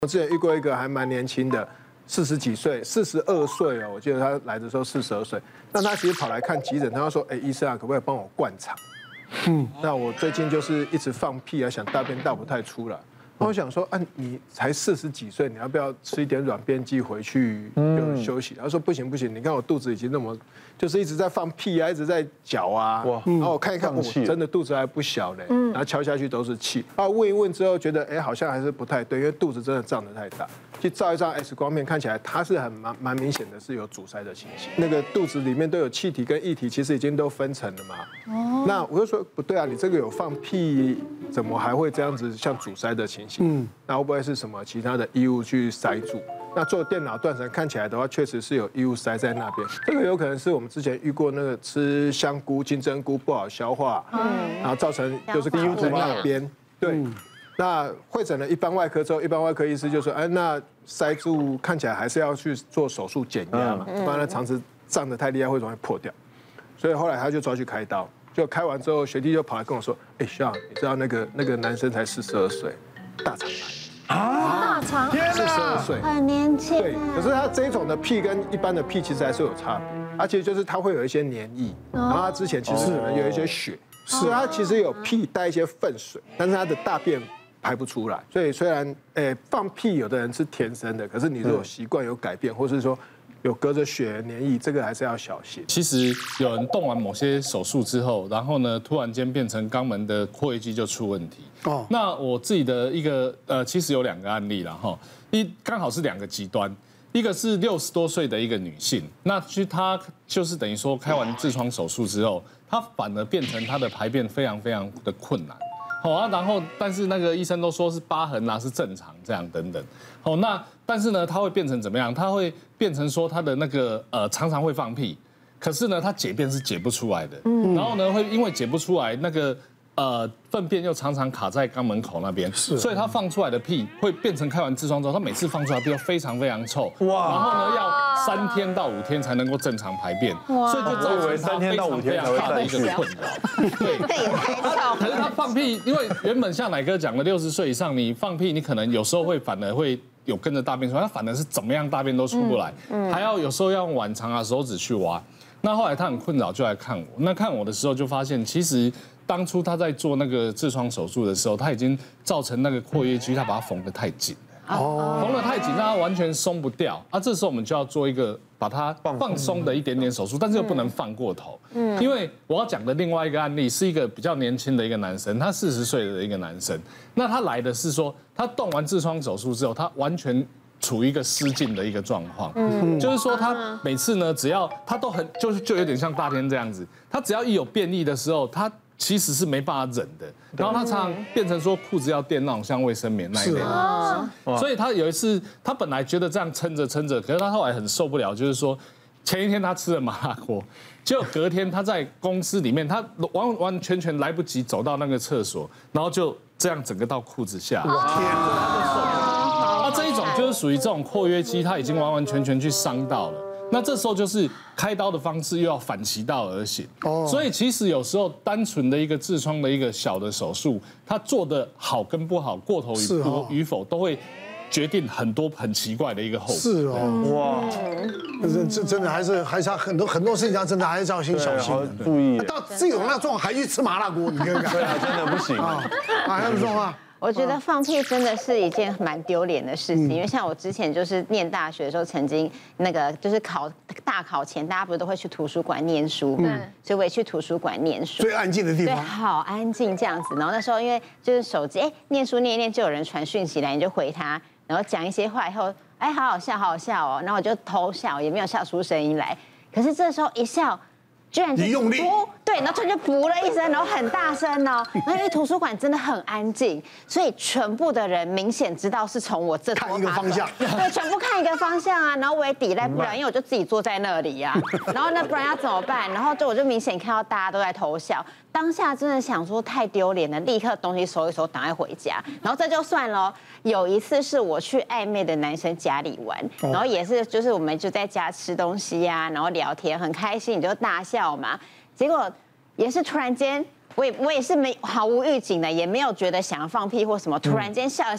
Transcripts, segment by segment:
我之前遇过一个还蛮年轻的，40几岁，42岁哦，我记得他来的时候42岁。那他其实跑来看急诊，他说：“哎，医生啊，可不可以帮我灌肠？”那我最近就是一直放屁啊，想大便大不太出来。那我想说，你才40几岁，你要不要吃一点软便剂回去就休息？他说不行不行，你看我肚子已经那么，就是一直在放屁啊，一直在搅啊。然后我看一看，真的肚子还不小嘞。然后敲下去都是气。问一问之后，觉得好像还是不太对，因为肚子真的胀得太大。去照一张 X 光片，看起来它是蛮明显的，是有阻塞的情形。那个肚子里面都有气体跟液体，其实已经都分层了嘛。那我就说不对啊，你这个有放屁，怎么还会这样子像阻塞的情形？那会不会是什么其他的异物去塞住？那做电脑断层看起来的话，确实是有异物塞在那边。这个有可能是我们之前遇过那个吃香菇、金针菇不好消化，然后造成就是异物在那边。对。那会诊了一般外科之后，一般外科医师就说：“那塞住看起来还是要去做手术减压嘛，不然它肠子胀得太厉害会容易破掉。”所以后来他就抓去开刀，就开完之后，学弟就跑来跟我说：“学长，你知道那个男生才42岁，大肠癌大肠 42岁， 很年轻。 对，可是他这一种的屁跟一般的屁其实还是有差别，而且就是它会有一些黏液，然后他之前其实可能有一些血，是他其实有屁带一些粪水，但是他的大便排不出来，所以虽然放屁有的人是天生的，可是你如果习惯有改变，或是说有隔着血黏液，这个还是要小心。 其实有人动完某些手术之后，然后呢，突然间变成肛门的括约肌就出问题。那我自己的一个其实有2个案例啦哈，刚好是2个极端，一个是60多岁的一个女性，那其实她就是等于说开完痔疮手术之后，她反而变成她的排便非常非常的困难。然后但是那个医生都说是疤痕啊，是正常这样等等。那但是呢，它会变成怎么样？它会变成说它的那个常常会放屁，可是呢，它解便是解不出来的。然后呢，会因为解不出来，那个粪便又常常卡在肛门口那边，所以它放出来的屁会变成开完痔疮之后，它每次放出来的屁都非常非常臭。哇！然后呢，要3天到5天才能够正常排便，所以就造成它非常非常大的一个困扰。对，可是他放屁，因为原本像乃哥讲的，60岁以上你放屁，你可能有时候会反而会有跟着大便出来，他反而是怎么样大便都出不来，还要有时候要用碗肠啊手指去挖。那后来他很困扰，就来看我。那看我的时候就发现，其实当初他在做那个痔疮手术的时候，他已经造成那个括约肌，他把它缝得太紧了。缝得太紧，让它完全松不掉。这时候我们就要做一个把它放松的一点点手术，但是又不能放过头。因为我要讲的另外一个案例是一个比较年轻的一个男生，他40岁的一个男生。那他来的是说，他动完痔疮手术之后，他完全处于一个失禁的一个状况，就是说他每次呢，只要他都很就有点像大天这样子，他只要一有便秘的时候，他其实是没办法忍的，然后他常常变成说裤子要垫那种像卫生棉那一类的东西，所以他有一次他本来觉得这样撑着，可是他后来很受不了，就是说前一天他吃了麻辣锅，结果隔天他在公司里面，他完完全全来不及走到那个厕所，然后就这样整个到裤子下，天哪！这一种就是属于这种括约肌，它已经完完全全去伤到了。那这时候就是开刀的方式又要反其道而行，所以其实有时候单纯的一个痔疮的一个小的手术，它做的好跟不好，过头与否，都会决定很多很奇怪的一个后果。 是哇，这真的还是要很多事情上真的还是要先小心的， 注意。 到这种那状况还去吃麻辣锅，你看看， 对啊，真的不行啊！ 还有说啊。 我觉得放屁真的是一件蛮丢脸的事情，因为像我之前就是念大学的时候，曾经那个就是大考前，大家不是都会去图书馆念书嘛，所以我也去图书馆念书， 最安静的地方， 对，好安静这样子。然后那时候因为就是手机，念书念一念就有人传讯息来，你就回他，然后讲一些话以后，好好笑，好好笑哦，然后我就偷笑，也没有笑出声音来。可是这时候一笑，居然就用力， 对，然后突然就噗了一声，然后很大声哦。然后因为图书馆真的很安静，所以全部的人明显知道是从我这看一个方向， 对，全部看一个方向啊。然后我也抵赖不了，因为我就自己坐在那里呀。然后那不然要怎么办？然后我就明显看到大家都在偷笑，当下真的想说太丢脸了，立刻东西收一收，赶快回家。然后这就算了。有一次是我去暧昧的男生家里玩，然后也是就是我们就在家吃东西呀，然后聊天很开心，你就大笑嘛。结果也是突然间，我也是毫无预警的，也没有觉得想要放屁或什么，突然间笑一下，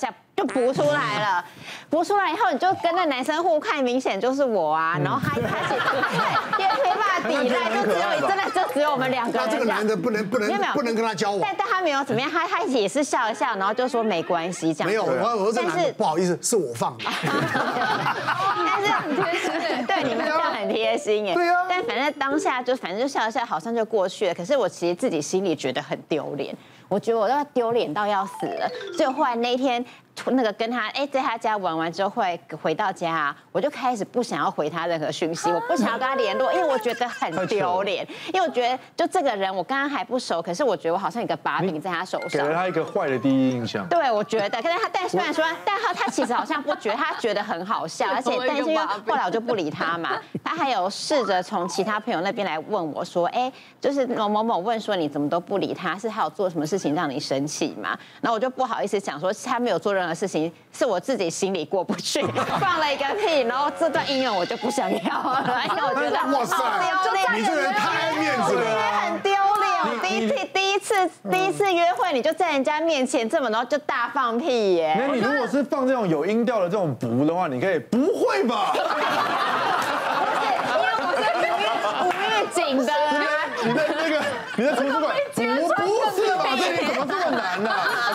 就补出来了。补出来以后，你就跟那男生互看，明显就是我啊。然后他对，因为没办法抵赖，就只有我们2个人。 那这个男的不能跟他交往。 但他没有怎么样，他也是笑一笑，然后就说没关系这样。 没有，我说这男的不好意思，是我放的。 但是很贴心哎，对，你们这样很贴心哎。 对啊。 但反正当下就笑一笑，好像就过去了。可是我其实自己心里觉得很丢脸，我觉得我要丢脸到要死了。所以后来那一天。那个跟他在他家玩完之后，后来回到家，我就开始不想要回他任何讯息，我不想要跟他联络，因为我觉得很丢脸，因为我觉得就这个人我跟他还不熟，可是我觉得我好像有个把柄在他手上， 给了他一个坏的第一印象。 对，我觉得，但虽然说，但他其实好像不觉得，他觉得很好笑，而且但是因为后来我就不理他嘛，他还有试着从其他朋友那边来问我说，就是某某问说你怎么都不理他，是他有做什么事情让你生气吗？然后我就不好意思讲说他没有做任何事情，是我自己心里过不去，放了一个屁，然后这段音乐我就不想要了，因为我觉得哇塞，你这个人太爱面子了， 很丢脸。第一次约会你就在人家面前这么，然后就大放屁耶。 那你如果是放这种有音调的这种不的话，你可以不会吧？ 因为我是无预警的。 你的图书馆不是吧？这怎么这么难呢？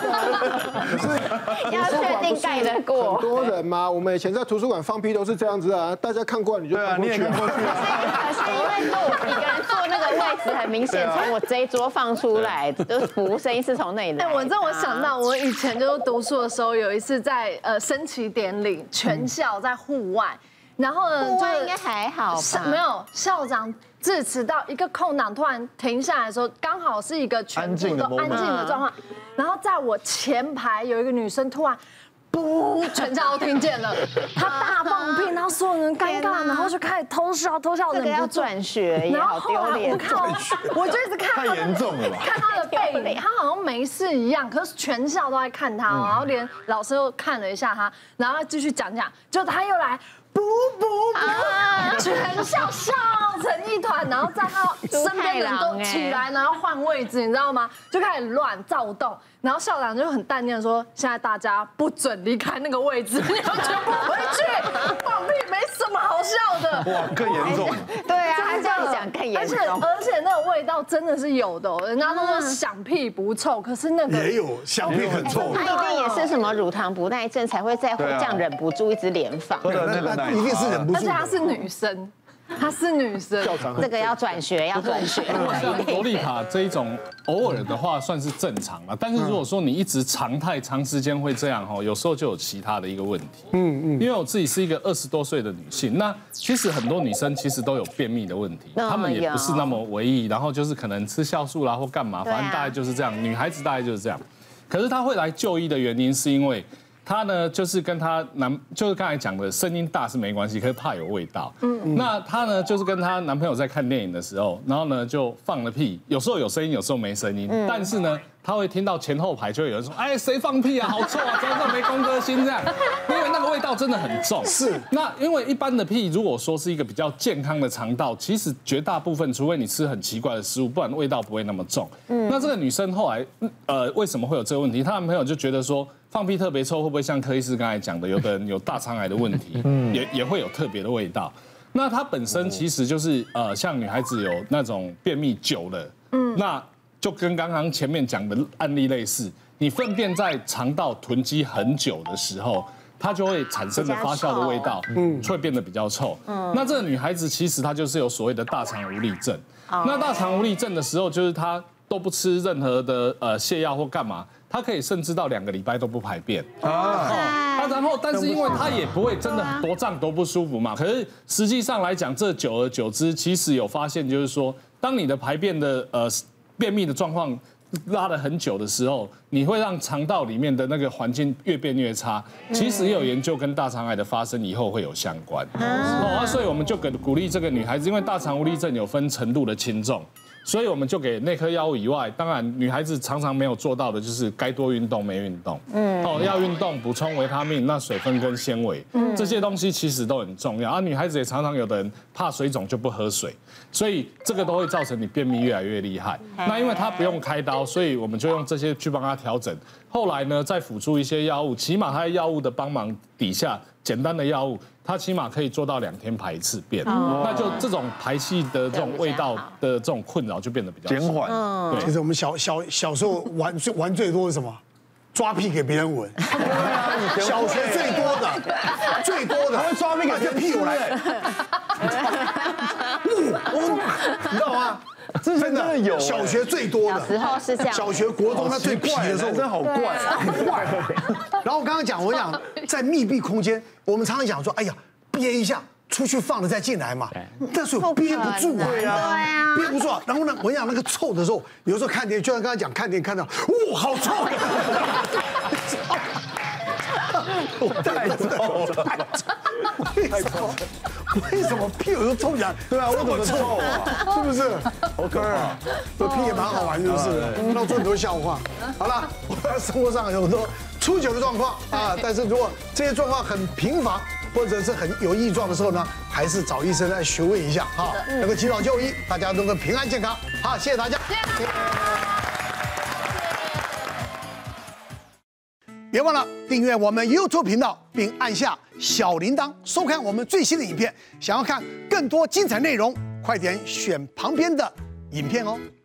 要确定盖得过。 很多人嘛，我们以前在图书馆放屁都是这样子啊，大家看过你就看过去。 你也看过去啊。 可是因为我一个人坐那个位置，很明显从我这一桌放出来，就是服声音是从那里来。 我想到我以前就是读书的时候，有一次在升旗典礼，全校在户外。然后呢， 户外应该还好吧？ 没有，校长致辞到一个空档，突然停下来的时候，刚好是一个全部都安静的状况。然后在我前排有一个女生突然，不，全校都听见了，她大放屁，然后所有人尴尬，然后就开始偷笑， 这个要转学， 然后后来我就一直看太严重了吧？ 看她的背影，她好像没事一样，可是全校都在看她，然后连老师又看了一下她，然后继续讲，就她又来。不，全校笑成一团，然后在他身边的人都起来，然后换位置，你知道吗？就开始乱躁动，然后校长就很淡定的说：“现在大家不准离开那个位置，你们全部回去，放屁没什么好笑的。” 哇，更严重。 对啊，他这样讲更严重。 而且那个味道真的是有的，人家都说响屁不臭，可是那个也有响屁很臭。 他一定也是什么乳糖不耐症才会在这样忍不住一直连放。 那一定是忍不住。 而且她是女生，她是女生， 这个要转学，要转学。 像洛丽塔这一种偶尔的话算是正常了，但是如果说你一直常态长时间会这样哈，有时候就有其他的一个问题。因为我自己是一个20多岁的女性，那其实很多女生其实都有便秘的问题，她们也不是那么唯一，然后就是可能吃酵素啦或干嘛，反正大概就是这样，女孩子大概就是这样。可是她会来就医的原因是因为。她呢，就是跟她就是刚才讲的，声音大是没关系，可是怕有味道。那她呢，就是跟她男朋友在看电影的时候，然后呢就放了屁，有时候有声音，有时候没声音。但是呢，她会听到前后排就会有人说：“哎，谁放屁啊？好臭啊！真的没公德心这样。”因为那个味道真的很重。是。那因为一般的屁，如果说是一个比较健康的肠道，其实绝大部分，除非你吃很奇怪的食物，不然味道不会那么重。那这个女生后来，为什么会有这个问题？她男朋友就觉得说。放屁特别臭，会不会像柯医师刚才讲的，有的人有大肠癌的问题，也会有特别的味道。那它本身其实就是像女孩子有那种便秘久了，那就跟刚刚前面讲的案例类似，你粪便在肠道囤积很久的时候，它就会产生的发酵的味道，会变得比较臭。那这个女孩子其实她就是有所谓的大肠无力症。那大肠无力症的时候，就是她都不吃任何的泻药或干嘛。他可以甚至到2个礼拜都不排便然后但是因为他也不会真的多胀多不舒服嘛，可是实际上来讲，这久而久之，其实有发现就是说，当你的排便的便秘的状况拉了很久的时候，你会让肠道里面的那个环境越变越差。其实也有研究跟大肠癌的发生以后会有相关。所以我们就鼓励这个女孩子，因为大肠无力症有分程度的轻重。 所以我们就给内科药物以外，当然女孩子常常没有做到的就是该多运动没运动，要运动补充维他命、那水分跟纤维，这些东西其实都很重要。女孩子也常常有的人怕水肿就不喝水，所以这个都会造成你便秘越来越厉害。那因为她不用开刀，所以我们就用这些去帮她调整。后来呢，再辅助一些药物，起码她在药物的帮忙底下，简单的药物，她起码可以做到2天排1次便，那就这种排气的这种味道的这种困扰就变得比较减缓。 对， 其实我们小时候玩最多是什么？抓屁给别人闻。小学最多的， 他会抓屁给别人屁股来。你知道吗？ 真的有， 小学最多的， 小时候是这样。 小学、国中他最皮的时候， 真好怪， 很怪。然后我刚刚讲，我讲在密闭空间，我们常常讲说，哎呀，憋一下，出去放了再进来嘛。但是憋不住啊， 对啊， 憋不住啊。然后呢，我讲那个臭的时候，有时候看电影，就像刚才讲看电影看到，哇，好臭！太臭了，为什么屁股都臭起来？ 对啊，为什么臭啊？ 是不是？ 好可怕！ 这屁也蛮好玩，是不是？闹出很多笑话。好了，我们生活上有很多出糗的状况啊，但是如果这些状况很频繁，或者是很有异状的时候呢，还是找医生来询问一下哈，能够及早就医，大家都能平安健康。好，谢谢大家。别忘了订阅我们 YouTube 频道，并按下小铃铛，收看我们最新的影片。想要看更多精彩内容，快点选旁边的影片哦。